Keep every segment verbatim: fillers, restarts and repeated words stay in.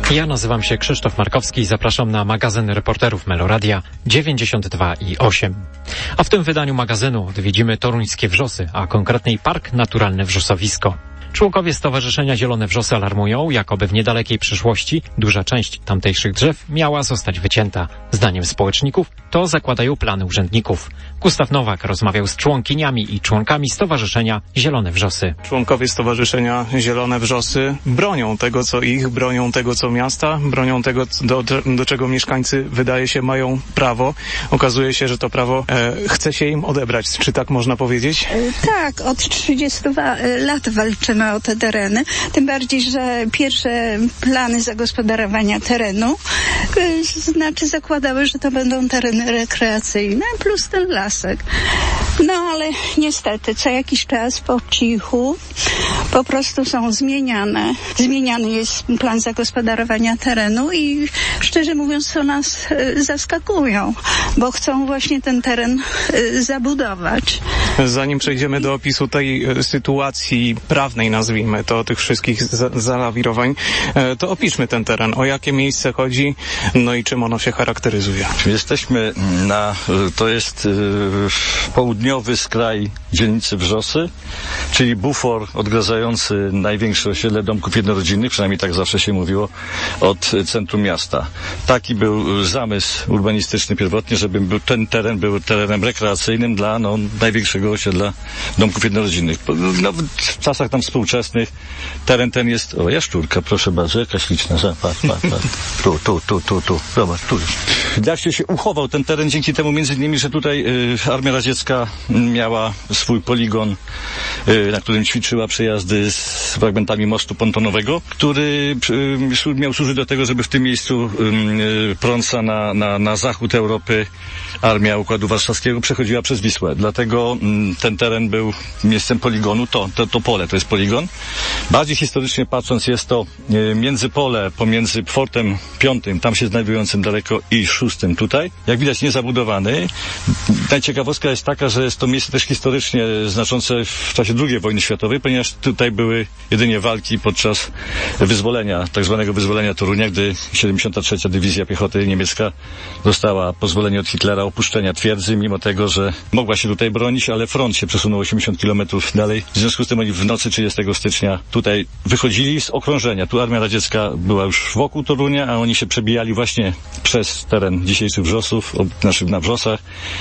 Ja nazywam się Krzysztof Markowski i zapraszam na magazyn reporterów Meloradia dziewięćdziesiąt dwa i osiem. A w tym wydaniu magazynu odwiedzimy toruńskie wrzosy, a konkretniej Park Naturalny Wrzosowisko. Członkowie Stowarzyszenia Zielone Wrzosy alarmują, jakoby w niedalekiej przyszłości duża część tamtejszych drzew miała zostać wycięta. Zdaniem społeczników to zakładają plany urzędników. Gustaw Nowak rozmawiał z członkiniami i członkami Stowarzyszenia Zielone Wrzosy. Członkowie Stowarzyszenia Zielone Wrzosy bronią tego, co ich, bronią tego, co miasta, bronią tego, do, do czego mieszkańcy, wydaje się, mają prawo. Okazuje się, że to prawo e, chce się im odebrać. Czy tak można powiedzieć? Tak, od trzydziestu lat walczymy o te tereny. Tym bardziej, że pierwsze plany zagospodarowania terenu y, znaczy zakładały, że to będą tereny rekreacyjne plus ten lasek. No ale niestety co jakiś czas po cichu po prostu są zmieniane. Zmieniany jest plan zagospodarowania terenu i szczerze mówiąc to nas y, zaskakują, bo chcą właśnie ten teren y, zabudować. Zanim przejdziemy do opisu tej y, sytuacji prawnej, nazwijmy to, tych wszystkich za- zalawirowań, y, to opiszmy ten teren. O jakie miejsce chodzi, no i czym ono się charakteryzuje? Jesteśmy na, to jest y, południowy skraj dzielnicy Wrzosy, czyli bufor odgradzający największe osiedle domków jednorodzinnych, przynajmniej tak zawsze się mówiło, od centrum miasta. Taki był zamysł urbanistyczny pierwotnie, żeby był, ten teren był terenem rekreacyjnym dla no, największego osiedla domków jednorodzinnych. No, w czasach tam współczesnych teren ten jest... O, jaszczurka, proszę bardzo, jakaś liczna. Patrz, patrz, patrz. Tu, tu, tu, tu, tu. Zobacz, tu jest. Właśnie się uchował ten teren dzięki temu między innymi, że tutaj y, Armia Radziecka miała swój poligon, y, na którym ćwiczyła przejazdy z fragmentami mostu pontonowego, który y, miał służyć do tego, żeby w tym miejscu y, prąca na, na, na zachód Europy Armia Układu Warszawskiego przechodziła przez Wisłę. Dlatego y, ten teren był miejscem poligonu. To, to, to pole to jest poligon. Bardziej historycznie patrząc jest to y, międzypole pomiędzy Fortem Piątym, tam się znajdującym daleko, i Szóstym tutaj. Jak widać niezabudowany. Najciekawostka jest taka, że jest to miejsce też historycznie znaczące w czasie drugiej wojny światowej, ponieważ tutaj były jedynie walki podczas wyzwolenia, tak zwanego wyzwolenia Torunia, gdy siedemdziesiąta trzecia Dywizja Piechoty Niemiecka dostała pozwolenie od Hitlera opuszczenia twierdzy, mimo tego, że mogła się tutaj bronić, ale front się przesunął osiemdziesiąt kilometrów dalej. W związku z tym oni w nocy trzydziestego stycznia tutaj wychodzili z okrążenia. Tu Armia Radziecka była już wokół Torunia, a oni się przebijali właśnie przez teren dzisiejszych Wrzosów, znaczy na Wrzosach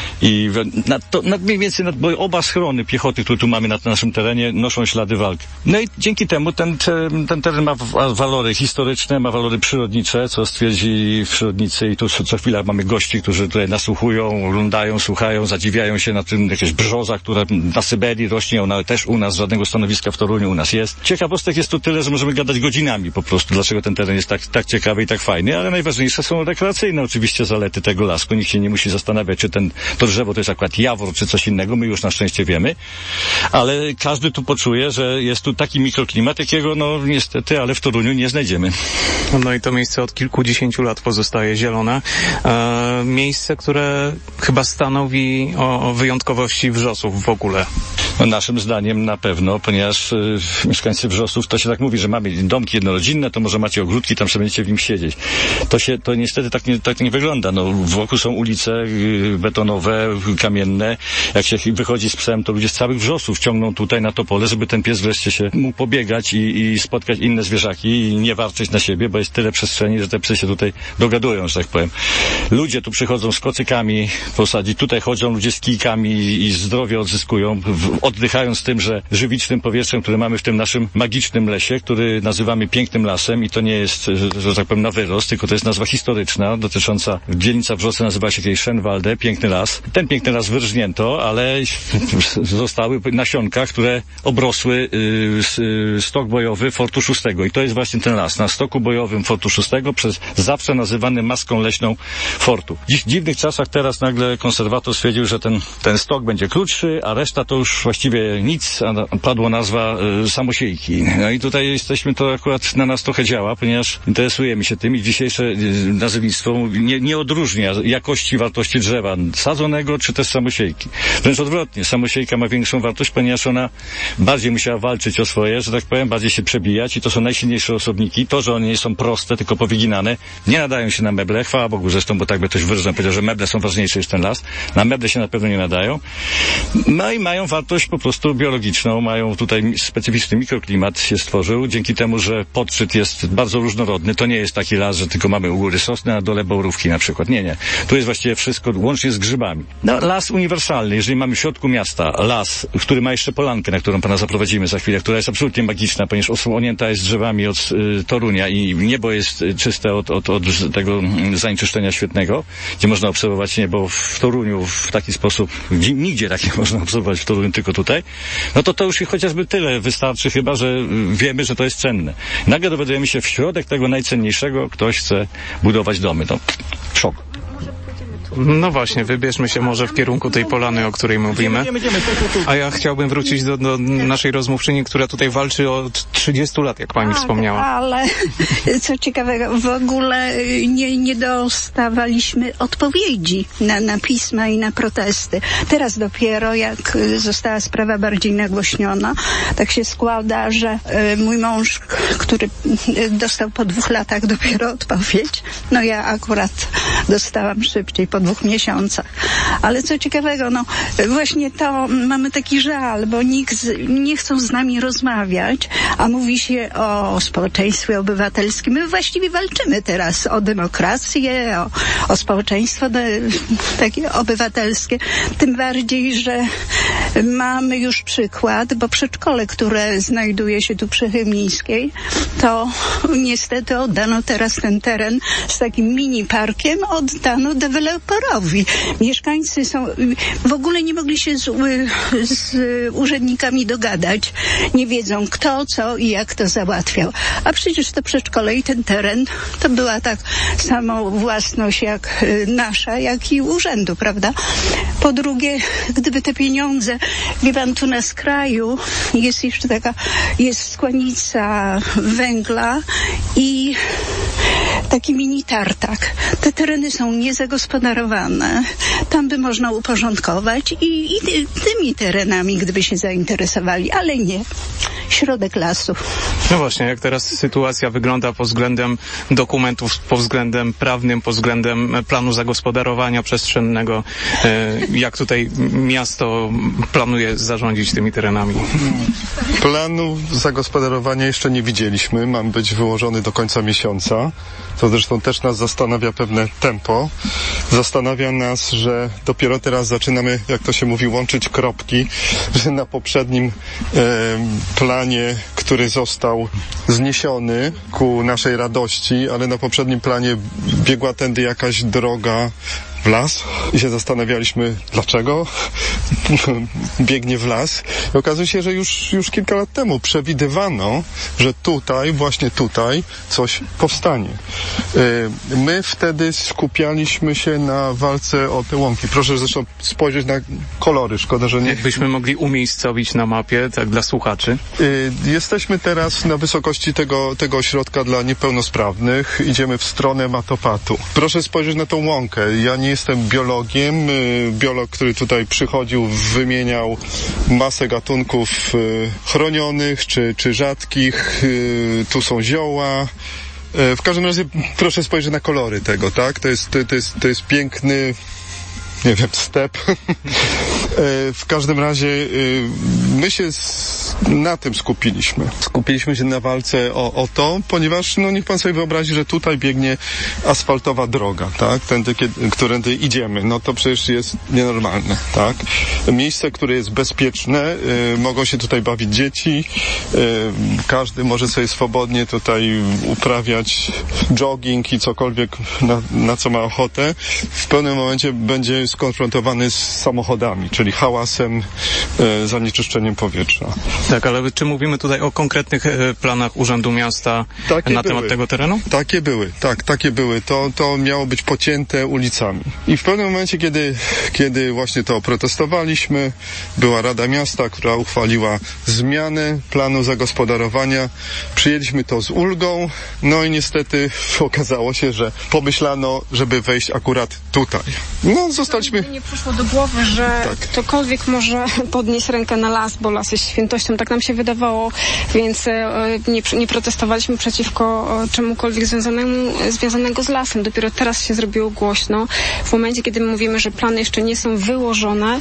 i na, to, na mniej więcej, na, bo oba schrony piechoty, które tu mamy na naszym terenie, noszą ślady walk. No i dzięki temu ten, ten, ten teren ma walory historyczne, ma walory przyrodnicze, co stwierdzili przyrodnicy i tu co chwila mamy gości, którzy tutaj nasłuchują, oglądają, słuchają, zadziwiają się na tym jakieś brzoza, która na Syberii rośnie, ona też u nas, żadnego stanowiska w Toruniu u nas jest. Ciekawostek jest tu tyle, że możemy gadać godzinami po prostu, dlaczego ten teren jest tak, tak ciekawy i tak fajny, ale najważniejsze są rekreacyjne oczywiście zalety tego lasku. Nikt się nie musi zastanawiać, czy ten, to drzewo to jest akurat jawor, czy coś innego. My już na szczęście wiemy. Ale każdy tu poczuje, że jest tu taki mikroklimat, jakiego no niestety, ale w Toruniu nie znajdziemy. No i to miejsce od kilkudziesięciu lat pozostaje zielone. E, miejsce, które chyba stanowi o, o wyjątkowości Wrzosów w ogóle. No, naszym zdaniem na pewno, ponieważ y, mieszkańcy Wrzosów, to się tak mówi, że mamy domki jednorodzinne, to może macie ogródki, tam sobie będziecie w nim siedzieć. To się, to niestety tak nie, tak nie wygląda. No, wokół są ulice y, betonowe, kamienne. Jak się wychodzi z psem, to ludzie z całych Wrzosów ciągną tutaj na to pole, żeby ten pies wreszcie się mógł pobiegać i, i spotkać inne zwierzaki i nie warczeć na siebie, bo jest tyle przestrzeni, że te psy się tutaj dogadują, że tak powiem. Ludzie tu przychodzą z kocykami posadzić, tutaj chodzą ludzie z kijkami i, i zdrowie odzyskują, w, oddychając tym, że żywicznym powietrzem, które mamy w tym naszym magicznym lesie, który nazywamy pięknym lasem i to nie jest, że, że tak powiem, na wyrost, tylko to jest nazwa historyczna, dotycząca, dzielnica Wrzosy nazywała się kiedyś Schönwalde, piękny las. Ten piękny las wyrżnięto, ale zostały nasionka, które obrosły y, stok bojowy Fortu Szóstego i to jest właśnie ten las. Na stoku bojowym Fortu Szóstego przez zawsze nazywany maską leśną fortu. Dziś w dziwnych czasach teraz nagle konserwator stwierdził, że ten, ten stok będzie krótszy, a reszta to już właściwie nic, a padła nazwa y, samosiejki. No i tutaj jesteśmy, to akurat na nas trochę działa, ponieważ interesujemy się tym i dzisiejsze y, nazewnictwo nie, nie odróżnia jakości, wartości drzewa sadzonego, czy też samosiejki. Wręcz odwrotnie, samosiejka ma większą wartość, ponieważ ona bardziej musiała walczyć o swoje, że tak powiem, bardziej się przebijać i to są najsilniejsze osobniki. To, że one nie są proste, tylko powyginane, nie nadają się na meble, chwała Bogu zresztą, bo tak by ktoś wyraźnie powiedział, że meble są ważniejsze niż ten las. Na meble się na pewno nie nadają. No i mają wartość po prostu biologiczną, mają tutaj specyficzny mikroklimat się stworzył, dzięki temu, że podszczyt jest bardzo różnorodny. To nie jest taki las, że tylko mamy u góry sosny, a dole borówki na przykład. Nie, nie. Tu jest właściwie wszystko, łącznie z grzybami. No, las uniwersalny. Jeżeli mamy w środku miasta las, który ma jeszcze polankę, na którą pana zaprowadzimy za chwilę, która jest absolutnie magiczna, ponieważ osłonięta jest drzewami od y, Torunia i niebo jest czyste od, od, od tego zanieczyszczenia świetnego, gdzie można obserwować niebo w Toruniu w taki sposób, nigdzie tak nie można obserwować w Toruniu, tylko tutaj, no to to już chociażby tyle wystarczy chyba, że wiemy, że to jest cenne. Nagle dowiadujemy się, w środek tego najcenniejszego ktoś chce budować domy. No, szok. No właśnie, wybierzmy się może w kierunku tej polany, o której mówimy. A ja chciałbym wrócić do, do naszej rozmówczyni, która tutaj walczy od trzydziestu lat, jak pani tak, wspomniała. Ale co ciekawego, w ogóle nie, nie dostawaliśmy odpowiedzi na, na pisma i na protesty. Teraz dopiero, jak została sprawa bardziej nagłośniona, tak się składa, że mój mąż, który dostał po dwóch latach dopiero odpowiedź, no ja akurat dostałam szybciej, po dwóch miesiącach. Ale co ciekawego, no właśnie to mamy taki żal, bo nikt z, nie chcą z nami rozmawiać, a mówi się o społeczeństwie obywatelskim. My właściwie walczymy teraz o demokrację, o, o społeczeństwo de, takie obywatelskie. Tym bardziej, że mamy już przykład, bo przedszkole, które znajduje się tu przy Chemińskiej, to niestety oddano teraz ten teren z takim mini parkiem, oddano deweloperowi. Mieszkańcy są, w ogóle nie mogli się z, z urzędnikami dogadać. Nie wiedzą kto, co i jak to załatwiał. A przecież to przedszkole i ten teren to była tak samo własność jak nasza, jak i urzędu, prawda? Po drugie, gdyby te pieniądze, wie pan, tu na skraju jest jeszcze taka, jest składnica węgla i taki mini tartak. Te tereny są niezagospodarowane. Tam by można uporządkować i, i tymi terenami, gdyby się zainteresowali, ale nie. Środek lasu. No właśnie, jak teraz sytuacja wygląda pod względem dokumentów, pod względem prawnym, pod względem planu zagospodarowania przestrzennego, jak tutaj miasto planuje zarządzić tymi terenami? Planu zagospodarowania jeszcze nie widzieliśmy. Mam być wyłożony do końca miesiąca. To zresztą też nas zastanawia pewne tempo. Zastanawia nas, że dopiero teraz zaczynamy, jak to się mówi, łączyć kropki, że na poprzednim e, planie, który został zniesiony ku naszej radości, ale na poprzednim planie biegła tędy jakaś droga w las i się zastanawialiśmy, dlaczego biegnie w las. I okazuje się, że już, już kilka lat temu przewidywano, że tutaj, właśnie tutaj coś powstanie. My wtedy skupialiśmy się na walce o te łąki. Proszę zresztą spojrzeć na kolory. Szkoda, że nie... Jakbyśmy mogli umiejscowić na mapie, tak dla słuchaczy. Jesteśmy teraz na wysokości tego, tego ośrodka dla niepełnosprawnych. Idziemy w stronę Matopatu. Proszę spojrzeć na tą łąkę. Ja nie jestem biologiem. Biolog, który tutaj przychodził, wymieniał masę gatunków chronionych czy, czy rzadkich. Tu są zioła. W każdym razie proszę spojrzeć na kolory tego, tak? To jest, to jest, to jest piękny, nie wiem, step. W każdym razie my się na tym skupiliśmy. Skupiliśmy się na walce o, o to, ponieważ, no niech pan sobie wyobrazi, że tutaj biegnie asfaltowa droga, tak? Tędy, którędy idziemy. No to przecież jest nienormalne, tak? Miejsce, które jest bezpieczne, y, mogą się tutaj bawić dzieci, y, każdy może sobie swobodnie tutaj uprawiać jogging i cokolwiek, na, na co ma ochotę. W pewnym momencie będzie skonfrontowany z samochodami, czyli hałasem, e, zanieczyszczeniem powietrza. Tak, ale czy mówimy tutaj o konkretnych e, planach Urzędu Miasta Takie na były. temat tego terenu? Takie były, tak, takie były. To, to miało być pocięte ulicami. I w pewnym momencie, kiedy, kiedy właśnie to protestowaliśmy, była Rada Miasta, która uchwaliła zmianę planu zagospodarowania. Przyjęliśmy to z ulgą, no i niestety okazało się, że pomyślano, żeby wejść akurat tutaj. No, zostaliśmy... Nie przyszło do głowy, że Tak. ktokolwiek może podnieść rękę na las, bo las jest świętością, tak nam się wydawało, więc e, nie, nie protestowaliśmy przeciwko e, czemukolwiek związanemu, związanego z lasem. Dopiero teraz się zrobiło głośno. W momencie, kiedy mówimy, że plany jeszcze nie są wyłożone,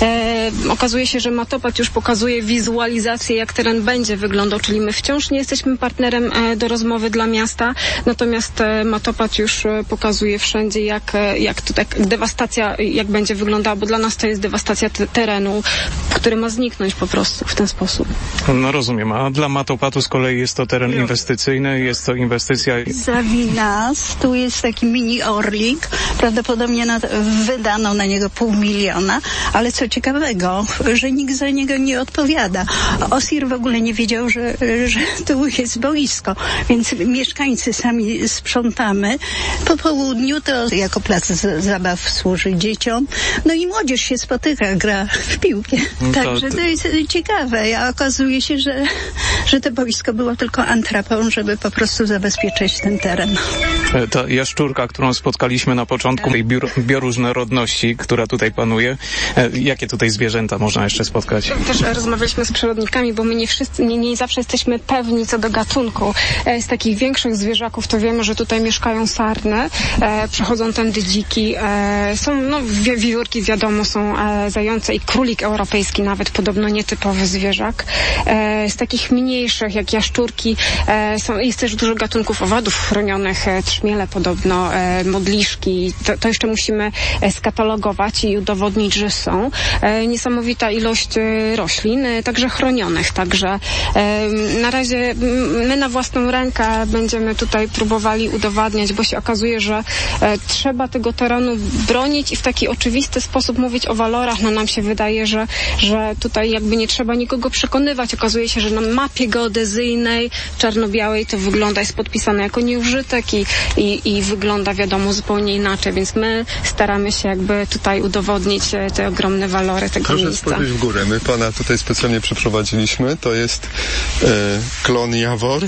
e, okazuje się, że Matopat już pokazuje wizualizację, jak teren będzie wyglądał, czyli my wciąż nie jesteśmy partnerem e, do rozmowy dla miasta, natomiast e, Matopat już e, pokazuje wszędzie, jak, e, jak tutaj dewastacja, jak będzie wyglądała, bo dla nas to jest dewastacja te, terenu, który ma zniknąć po prostu w ten sposób. No rozumiem, a dla Matopatu z kolei jest to teren inwestycyjny, jest to inwestycja... Zawinas, tu jest taki mini Orlik, prawdopodobnie na, wydano na niego pół miliona, ale co ciekawego, że nikt za niego nie odpowiada. Osir w ogóle nie wiedział, że, że tu jest boisko, więc mieszkańcy sami sprzątamy. Po południu to jako plac z, zabaw służy dzieciom, no i młodzież się spotyka, gra w piłkę. No to- Także to jest ciekawe, a okazuje się, że, że to boisko było tylko antrapą, żeby po prostu zabezpieczyć ten teren. E, Ta jaszczurka, którą spotkaliśmy na początku tej biur, bioróżnorodności, która tutaj panuje, e, jakie tutaj zwierzęta można jeszcze spotkać? Też rozmawialiśmy z przyrodnikami, bo my nie wszyscy, nie, nie zawsze jesteśmy pewni co do gatunku. E, z takich większych zwierzaków to wiemy, że tutaj mieszkają sarny, e, przechodzą tędy dziki, e, są, no, wi- wiewiórki wiadomo, są e, zające i królik europejski nawet, podobno nietypowy zwierzak. E, z takich mniejszych, jak jaszczurki, e, są, jest też dużo gatunków owadów chronionych, e, trzmiele podobno, e, modliszki. To, to jeszcze musimy e, skatalogować i udowodnić, że są. E, niesamowita ilość e, roślin, e, także chronionych. Także e, na razie m, my na własną rękę będziemy tutaj próbowali udowadniać, bo się okazuje, że e, trzeba tego terenu bronić i w taki oczywisty sposób mówić o walorach. No nam się wydaje, że, że tutaj jakby nie trzeba nikogo przekonywać. Okazuje się, że na mapie geodezyjnej czarno-białej to wygląda, jest podpisane jako nieużytek i, i, i wygląda wiadomo zupełnie inaczej, więc my staramy się jakby tutaj udowodnić e, te ogromne walory tego Proszę miejsca. spojrzeć w górę. My pana tutaj specjalnie przeprowadziliśmy. To jest e, klon Jawor.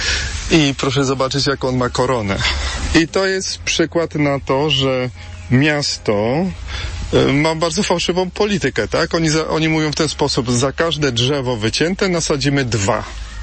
I proszę zobaczyć, jak on ma koronę. I to jest przykład na to, że miasto e, ma bardzo fałszywą politykę, tak? Oni, za, oni mówią w ten sposób, za każde drzewo wycięte nasadzimy dwa.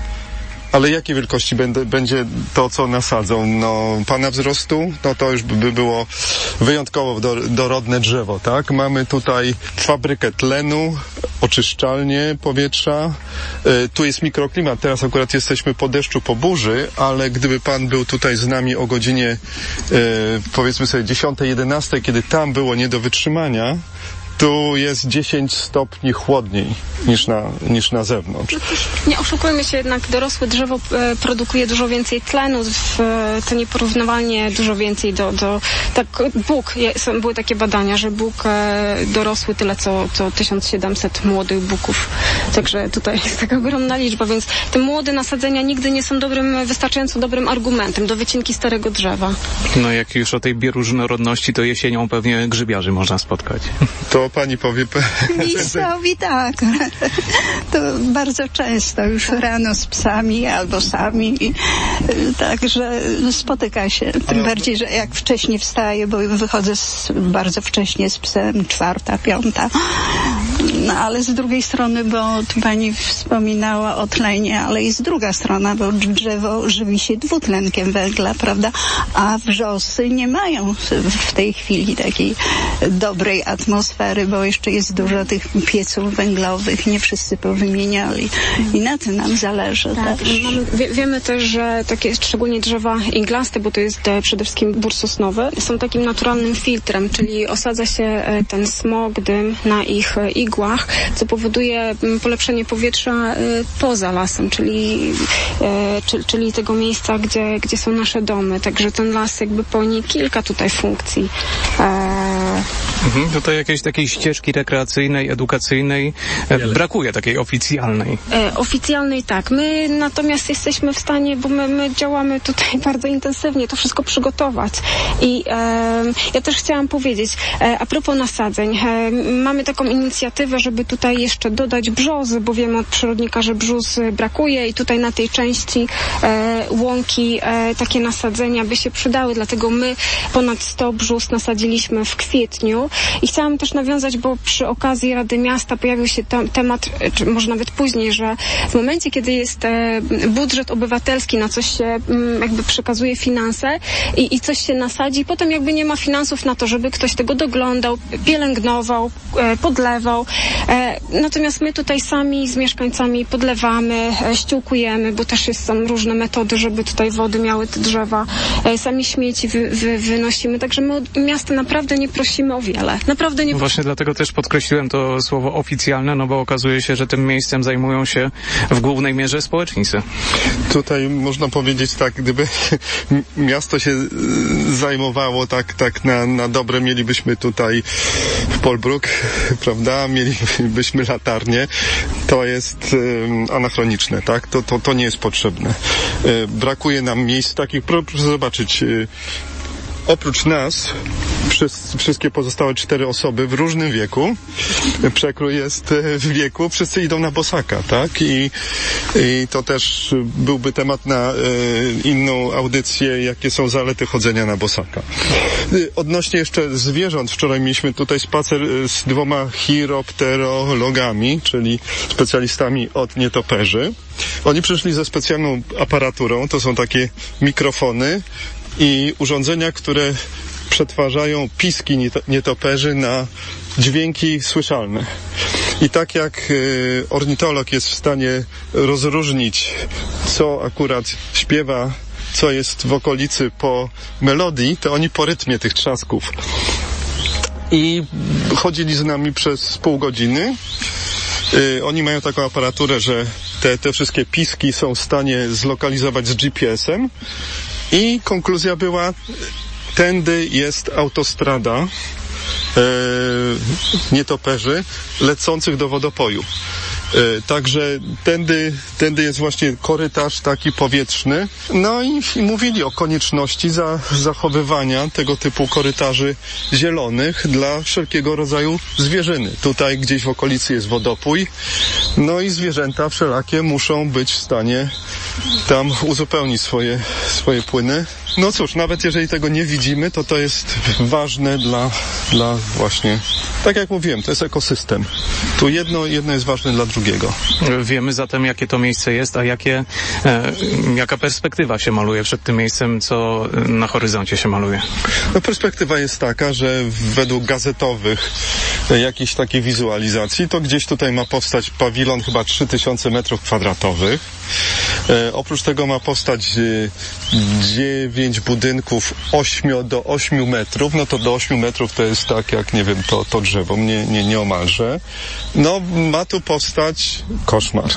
Ale jakiej wielkości będę, będzie to, co nasadzą? No, pana wzrostu? No to już by było wyjątkowo do, dorodne drzewo, tak? Mamy tutaj fabrykę tlenu, oczyszczalnię powietrza. Y, tu jest mikroklimat. Teraz akurat jesteśmy po deszczu, po burzy, ale gdyby pan był tutaj z nami o godzinie, y, powiedzmy sobie dziesiątej, jedenastej, kiedy tam było nie do wytrzymania, tu jest dziesięć stopni chłodniej niż na, niż na zewnątrz. Nie oszukujmy się, jednak dorosłe drzewo e, produkuje dużo więcej tlenu, w, e, to nieporównywalnie dużo więcej do, do tak, bóg, je, są, były takie badania, że bóg e, dorosły tyle co, co tysiąc siedemset młodych buków. Także tutaj jest taka ogromna liczba, więc te młode nasadzenia nigdy nie są dobrym, wystarczająco dobrym argumentem do wycinki starego drzewa. No jak już o tej bioróżnorodności, to jesienią pewnie grzybiarzy można spotkać. To pani powie... Miejscowi tak. To bardzo często już rano z psami albo sami. Także spotyka się. Tym bardziej, że jak wcześnie wstaję, bo wychodzę z, bardzo wcześnie z psem, czwarta, piąta. No ale z drugiej strony, bo tu pani wspominała o tlenie, ale jest druga strona, bo drzewo żywi się dwutlenkiem węgla, prawda? A wrzosy nie mają w tej chwili takiej dobrej atmosfery, bo jeszcze jest dużo tych pieców węglowych, nie wszyscy powymieniali i na tym nam zależy Tak, też. mamy, wie, wiemy też, że takie szczególnie drzewa iglaste, bo to jest e, przede wszystkim bór sosnowy, są takim naturalnym filtrem, czyli osadza się e, ten smog, dym na ich e, igłach, co powoduje m, polepszenie powietrza e, poza lasem, czyli, e, czy, czyli tego miejsca, gdzie, gdzie są nasze domy. Także ten las jakby pełni kilka tutaj funkcji. E, Mhm, tutaj jakiejś takiej ścieżki rekreacyjnej, edukacyjnej e, brakuje, takiej oficjalnej. E, oficjalnej tak. My natomiast jesteśmy w stanie, bo my, my działamy tutaj bardzo intensywnie, to wszystko przygotować. I e, ja też chciałam powiedzieć, e, a propos nasadzeń, e, mamy taką inicjatywę, żeby tutaj jeszcze dodać brzozy, bo wiemy od przyrodnika, że brzus brakuje i tutaj na tej części e, łąki e, takie nasadzenia by się przydały, dlatego my ponad sto brzus nasadziliśmy w kwietniu i chciałam też nawiązać, bo przy okazji Rady Miasta pojawił się tam temat, czy może nawet później, że w momencie, kiedy jest e, budżet obywatelski, na coś się m, jakby przekazuje finanse i, i coś się nasadzi, potem jakby nie ma finansów na to, żeby ktoś tego doglądał, pielęgnował, e, podlewał. E, natomiast my tutaj sami z mieszkańcami podlewamy, e, ściółkujemy, bo też jest, są różne metody, żeby tutaj wody miały te drzewa. E, sami śmieci wy, wy, wynosimy, także my od miasta naprawdę nie prosimy o wiele. Naprawdę nie. Właśnie dlatego też podkreśliłem to słowo oficjalne, no bo okazuje się, że tym miejscem zajmują się w głównej mierze społecznicy. Tutaj można powiedzieć tak, gdyby miasto się zajmowało tak, tak na, na dobre, mielibyśmy tutaj w Polbruk, prawda, mielibyśmy latarnię. To jest um, anachroniczne, tak? To, to, to nie jest potrzebne. E, brakuje nam miejsc takich, proszę zobaczyć, e, oprócz nas, przez, wszystkie pozostałe cztery osoby w różnym wieku, przekrój jest w wieku, wszyscy idą na bosaka, tak? I, i to też byłby temat na e, inną audycję, jakie są zalety chodzenia na bosaka. Odnośnie jeszcze zwierząt, wczoraj mieliśmy tutaj spacer z dwoma chiropterologami, czyli specjalistami od nietoperzy. Oni przyszli ze specjalną aparaturą, to są takie mikrofony i urządzenia, które przetwarzają piski nietoperzy na dźwięki słyszalne. I tak jak y, ornitolog jest w stanie rozróżnić, co akurat śpiewa, co jest w okolicy po melodii, to oni po rytmie tych trzasków. I chodzili z nami przez pół godziny. Y, oni mają taką aparaturę, że te, te wszystkie piski są w stanie zlokalizować z G P S-em. I konkluzja była, tędy jest autostrada e, nietoperzy lecących do wodopoju. E, także tędy, tędy jest właśnie korytarz taki powietrzny. No i, i mówili o konieczności za, zachowywania tego typu korytarzy zielonych dla wszelkiego rodzaju zwierzyny. Tutaj gdzieś w okolicy jest wodopój. No i zwierzęta wszelakie muszą być w stanie tam uzupełnić swoje, swoje płyny. No cóż, nawet jeżeli tego nie widzimy, to to jest ważne dla, dla właśnie, tak jak mówiłem, to jest ekosystem. Tu jedno, jedno jest ważne dla drugiego. Wiemy zatem, jakie to miejsce jest, a jakie, e, jaka perspektywa się maluje przed tym miejscem, co na horyzoncie się maluje? No perspektywa jest taka, że według gazetowych e, jakichś takiej wizualizacji, to gdzieś tutaj ma powstać pawilon chyba trzy tysiące metrów kwadratowych. E, oprócz tego ma powstać e, dziewięć budynków ośmiu do ośmiu metrów, no to do ośmiu metrów to jest tak jak, nie wiem, to, to drzewo, nie, nie, nieomalże. No, ma tu powstać koszmar.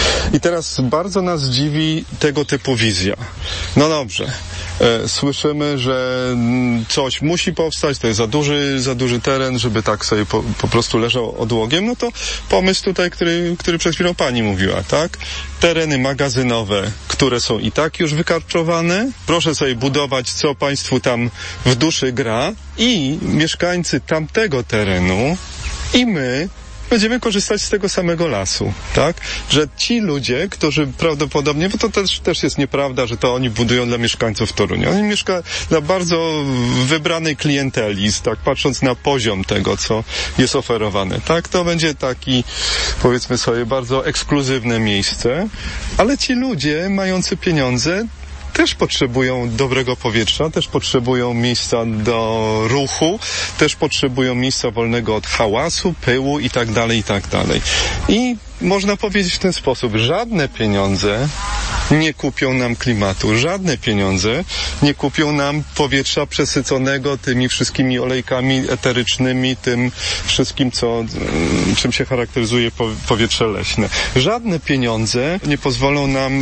I teraz bardzo nas dziwi tego typu wizja. No dobrze, e, słyszymy, że coś musi powstać, to jest za duży, za duży teren, żeby tak sobie po, po prostu leżał odłogiem, no to pomysł tutaj, który, który przed chwilą pani mówiła, tak? Tereny magazynowe, które są i tak już wykarczowane, proszę sobie budować, co państwu tam w duszy gra i mieszkańcy tamtego terenu i my będziemy korzystać z tego samego lasu, tak? Że ci ludzie, którzy prawdopodobnie, bo to też, też jest nieprawda, że to oni budują dla mieszkańców Torunia. Oni mieszkają dla bardzo wybranej klienteli, tak patrząc na poziom tego, co jest oferowane, tak? To będzie taki, powiedzmy sobie, bardzo ekskluzywne miejsce, ale ci ludzie mający pieniądze też potrzebują dobrego powietrza, też potrzebują miejsca do ruchu, też potrzebują miejsca wolnego od hałasu, pyłu i tak dalej, i tak dalej. I można powiedzieć w ten sposób, żadne pieniądze nie kupią nam klimatu, żadne pieniądze nie kupią nam powietrza przesyconego tymi wszystkimi olejkami eterycznymi, tym wszystkim, co, czym się charakteryzuje powietrze leśne. Żadne pieniądze nie pozwolą nam e,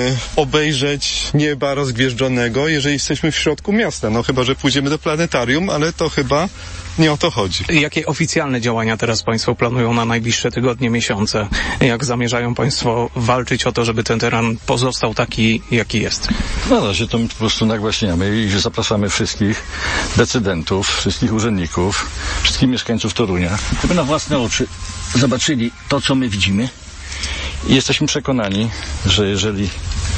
obejrzeć nieba rozgwieżdżonego, jeżeli jesteśmy w środku miasta. No chyba, że pójdziemy do planetarium, ale to chyba nie o to chodzi. Jakie oficjalne działania teraz Państwo planują na najbliższe tygodnie, miesiące? Jak zamierzają Państwo walczyć o to, żeby ten teren pozostał taki, jaki jest? Na razie to my po prostu nagłaśniamy i zapraszamy wszystkich decydentów, wszystkich urzędników, wszystkich mieszkańców Torunia, żeby na własne oczy zobaczyli to, co my widzimy. I jesteśmy przekonani, że jeżeli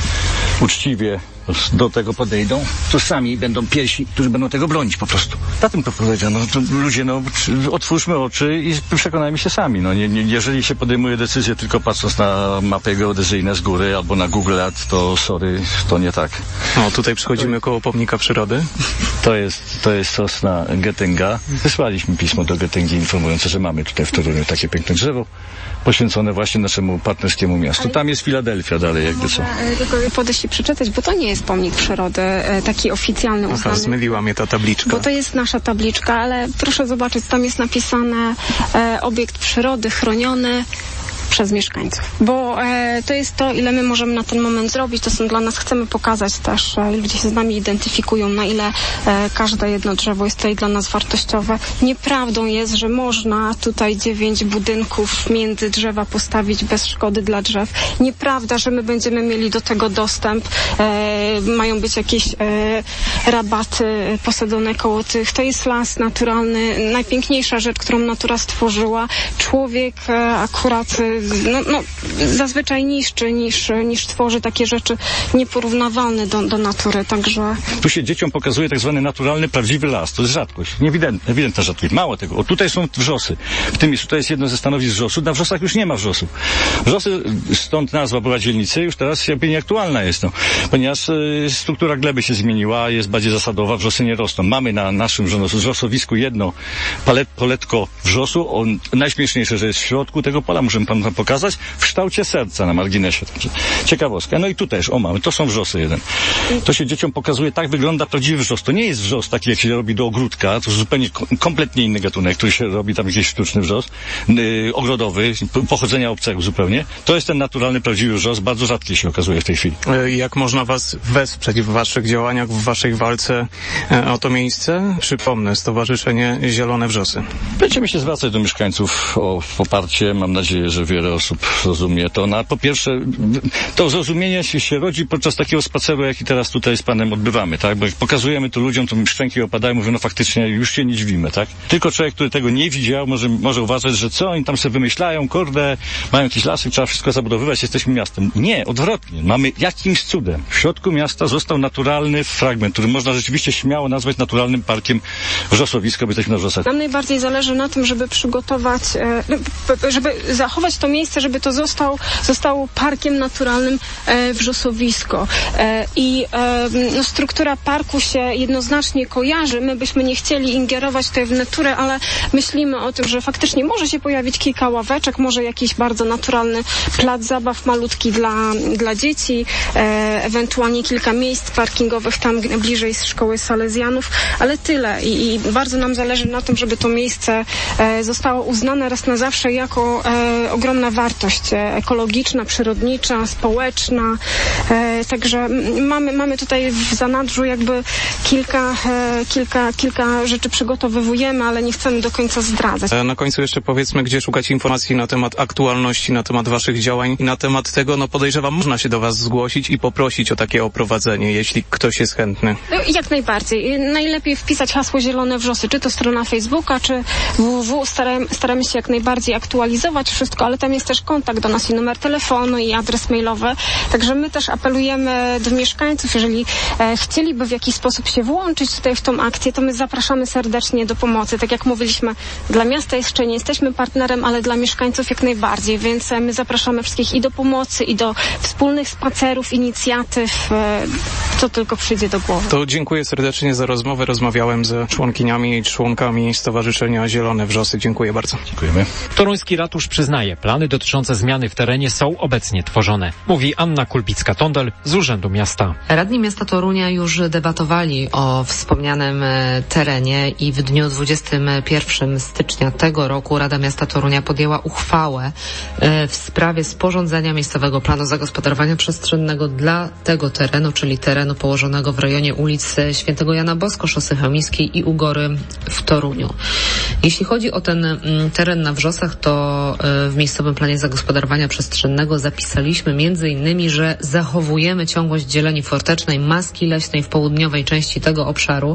uczciwie do tego podejdą, to sami będą pierwsi, którzy będą tego bronić po prostu. Na tym to powiedziano. To ludzie, no, otwórzmy oczy i przekonajmy się sami. No, nie, nie, jeżeli się podejmuje decyzję tylko patrząc na mapy geodezyjne z góry albo na Google Earth, to sorry, to nie tak. No, tutaj przychodzimy koło pomnika przyrody. To jest, to jest sosna Gettinga. Wysłaliśmy pismo do Gettingi informujące, że mamy tutaj w Toruniu takie piękne drzewo poświęcone właśnie naszemu partnerskiemu miastu. Ale tam jest Filadelfia dalej, jakby co. Tylko podejść i przeczytać, bo to nie jest pomnik przyrody, taki oficjalny, uznany. Aha, zmyliła mnie ta tabliczka. Bo to jest nasza tabliczka, ale proszę zobaczyć, tam jest napisane e, obiekt przyrody chroniony przez mieszkańców. Bo e, to jest to, ile my możemy na ten moment zrobić. To są dla nas, chcemy pokazać też, e, ludzie się z nami identyfikują, na ile e, każde jedno drzewo jest tutaj dla nas wartościowe. Nieprawdą jest, że można tutaj dziewięć budynków między drzewa postawić bez szkody dla drzew. Nieprawda, że my będziemy mieli do tego dostęp. E, mają być jakieś e, rabaty posadzone koło tych. To jest las naturalny. Najpiękniejsza rzecz, którą natura stworzyła. Człowiek e, akurat No, no, zazwyczaj niszczy niż, niż tworzy takie rzeczy nieporównywalne do, do natury, także... Tu się dzieciom pokazuje tak zwany naturalny, prawdziwy las. To jest rzadkość, niewidentna, ewidentna rzadkość. Mało tego. O, tutaj są wrzosy. W tym miejscu, to jest jedno ze stanowisk wrzosu. Na wrzosach już nie ma wrzosu. Wrzosy, stąd nazwa była dzielnicy, już teraz jakby nieaktualna jest, no. Ponieważ y, struktura gleby się zmieniła, jest bardziej zasadowa, wrzosy nie rosną. Mamy na naszym wrzosowisku jedno palet, poletko wrzosu. On, najśmieszniejsze, że jest w środku tego pola, możemy pan pokazać, w kształcie serca na marginesie. Także ciekawostka. No i tutaj też, o mamy, to są wrzosy jeden. To się dzieciom pokazuje, tak wygląda prawdziwy wrzos. To nie jest wrzos taki, jak się robi do ogródka, to jest zupełnie kompletnie inny gatunek, który się robi, tam jakiś sztuczny wrzos, yy, ogrodowy, pochodzenia obcego zupełnie. To jest ten naturalny, prawdziwy wrzos, bardzo rzadki się okazuje w tej chwili. Jak można was wesprzeć w waszych działaniach, w waszej walce o to miejsce? Przypomnę, Stowarzyszenie Zielone Wrzosy. Będziemy się zwracać do mieszkańców o poparcie. Mam nadzieję, że wiele osób rozumie to. No, po pierwsze, to zrozumienie się, się rodzi podczas takiego spaceru, jaki teraz tutaj z panem odbywamy, tak? Bo jak pokazujemy to ludziom, to szczęki opadają, mówią, no faktycznie już się nie dziwimy, tak? Tylko człowiek, który tego nie widział, może, może uważać, że co oni tam sobie wymyślają, kurde, mają jakieś lasy, trzeba wszystko zabudowywać, jesteśmy miastem. Nie, odwrotnie. Mamy jakimś cudem. W środku miasta został naturalny fragment, który można rzeczywiście śmiało nazwać naturalnym parkiem wrzosowiska, bo jesteśmy na wrzosach. Nam najbardziej zależy na tym, żeby przygotować, żeby zachować to miejsce, żeby to został, zostało parkiem naturalnym e, wrzosowisko. E, I e, no, struktura parku się jednoznacznie kojarzy. My byśmy nie chcieli ingerować tutaj w naturę, ale myślimy o tym, że faktycznie może się pojawić kilka ławeczek, może jakiś bardzo naturalny plac zabaw malutki dla, dla dzieci, e, ewentualnie kilka miejsc parkingowych tam bliżej z szkoły Salezjanów, ale tyle. I, i bardzo nam zależy na tym, żeby to miejsce e, zostało uznane raz na zawsze jako e, ogromna wartość ekologiczna, przyrodnicza, społeczna. E, także mamy, mamy tutaj w zanadrzu jakby kilka, e, kilka, kilka rzeczy przygotowujemy, ale nie chcemy do końca zdradzać. Na końcu jeszcze powiedzmy, gdzie szukać informacji na temat aktualności, na temat waszych działań i na temat tego, no podejrzewam, można się do was zgłosić i poprosić o takie oprowadzenie, jeśli ktoś jest chętny. No, jak najbardziej. Najlepiej wpisać hasło Zielone Wrzosy, czy to strona Facebooka, czy www. Staramy, staramy się jak najbardziej aktualizować wszystko, ale tam jest też kontakt do nas i numer telefonu i adres mailowy. Także my też apelujemy do mieszkańców, jeżeli e, chcieliby w jakiś sposób się włączyć tutaj w tą akcję, to my zapraszamy serdecznie do pomocy. Tak jak mówiliśmy, dla miasta jeszcze nie jesteśmy partnerem, ale dla mieszkańców jak najbardziej, więc e, my zapraszamy wszystkich i do pomocy, i do wspólnych spacerów, inicjatyw, e, co tylko przyjdzie do głowy. To dziękuję serdecznie za rozmowę. Rozmawiałem ze członkiniami i członkami Stowarzyszenia Zielone Wrzosy. Dziękuję bardzo. Dziękujemy. Toruński ratusz przyznaje, plany dotyczące zmiany w terenie są obecnie tworzone. Mówi Anna Kulbicka-Tondel z Urzędu Miasta. Radni miasta Torunia już debatowali o wspomnianym terenie i w dniu dwudziestego pierwszego stycznia tego roku Rada Miasta Torunia podjęła uchwałę w sprawie sporządzenia miejscowego planu zagospodarowania przestrzennego dla tego terenu, czyli terenu terenu położonego w rejonie ulic Świętego Jana Bosko, Szosy Chełmińskiej i Ugory w Toruniu. Jeśli chodzi o ten teren na Wrzosach, to w miejscowym planie zagospodarowania przestrzennego zapisaliśmy między innymi, że zachowujemy ciągłość dzieleni fortecznej, maski leśnej w południowej części tego obszaru.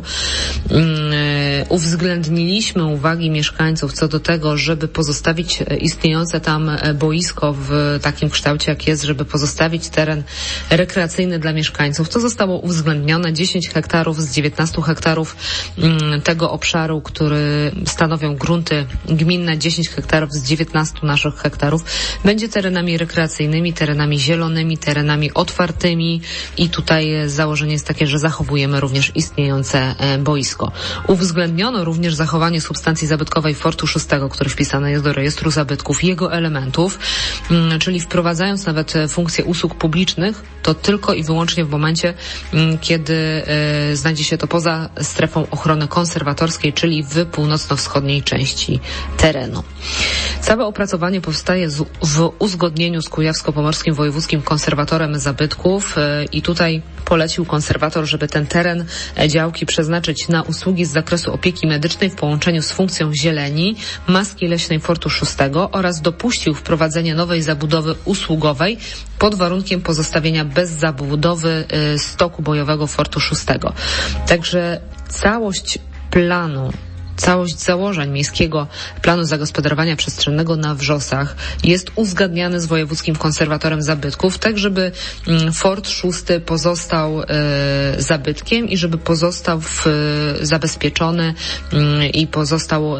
Uwzględniliśmy uwagi mieszkańców co do tego, żeby pozostawić istniejące tam boisko w takim kształcie, jak jest, żeby pozostawić teren rekreacyjny dla mieszkańców. To zostało uwzględnione. dziesięć hektarów z dziewiętnastu hektarów tego obszaru, który stanowią grunty gminne, dziesięć hektarów z dziewiętnastu naszych hektarów będzie terenami rekreacyjnymi, terenami zielonymi, terenami otwartymi i tutaj założenie jest takie, że zachowujemy również istniejące boisko. Uwzględniono również zachowanie substancji zabytkowej Fortu szóstego, który wpisany jest do rejestru zabytków, jego elementów, czyli wprowadzając nawet funkcję usług publicznych, to tylko i wyłącznie w momencie, kiedy znajdzie się to poza strefą ochrony konserwatorskiej, czyli w północno-wschodniej części terenu. Całe opracowanie powstaje z, w uzgodnieniu z Kujawsko-Pomorskim Wojewódzkim Konserwatorem Zabytków i tutaj polecił konserwator, żeby ten teren działki przeznaczyć na usługi z zakresu opieki medycznej w połączeniu z funkcją zieleni, maski leśnej Fortu szóstego oraz dopuścił wprowadzenie nowej zabudowy usługowej pod warunkiem pozostawienia bez zabudowy stoku bojowego Fortu szóstego. Także całość planu, całość założeń Miejskiego Planu Zagospodarowania Przestrzennego na Wrzosach jest uzgadniany z Wojewódzkim Konserwatorem Zabytków, tak żeby Fort szósty pozostał e, zabytkiem i żeby pozostał w, zabezpieczony e, i pozostał e,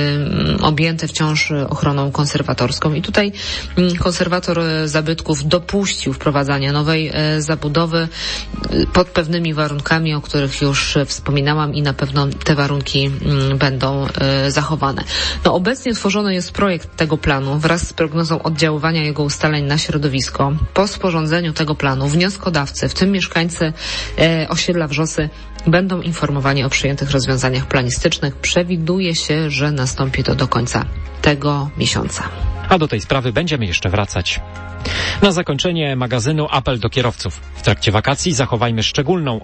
objęty wciąż ochroną konserwatorską. I tutaj konserwator zabytków dopuścił wprowadzanie nowej e, zabudowy pod pewnymi warunkami, o których już wspominałam i na pewno te warunki m, będą y, zachowane. No, obecnie tworzony jest projekt tego planu wraz z prognozą oddziaływania jego ustaleń na środowisko. Po sporządzeniu tego planu wnioskodawcy, w tym mieszkańcy y, osiedla Wrzosy, będą informowani o przyjętych rozwiązaniach planistycznych. Przewiduje się, że nastąpi to do końca tego miesiąca. A do tej sprawy będziemy jeszcze wracać. Na zakończenie magazynu apel do kierowców. W trakcie wakacji zachowajmy szczególną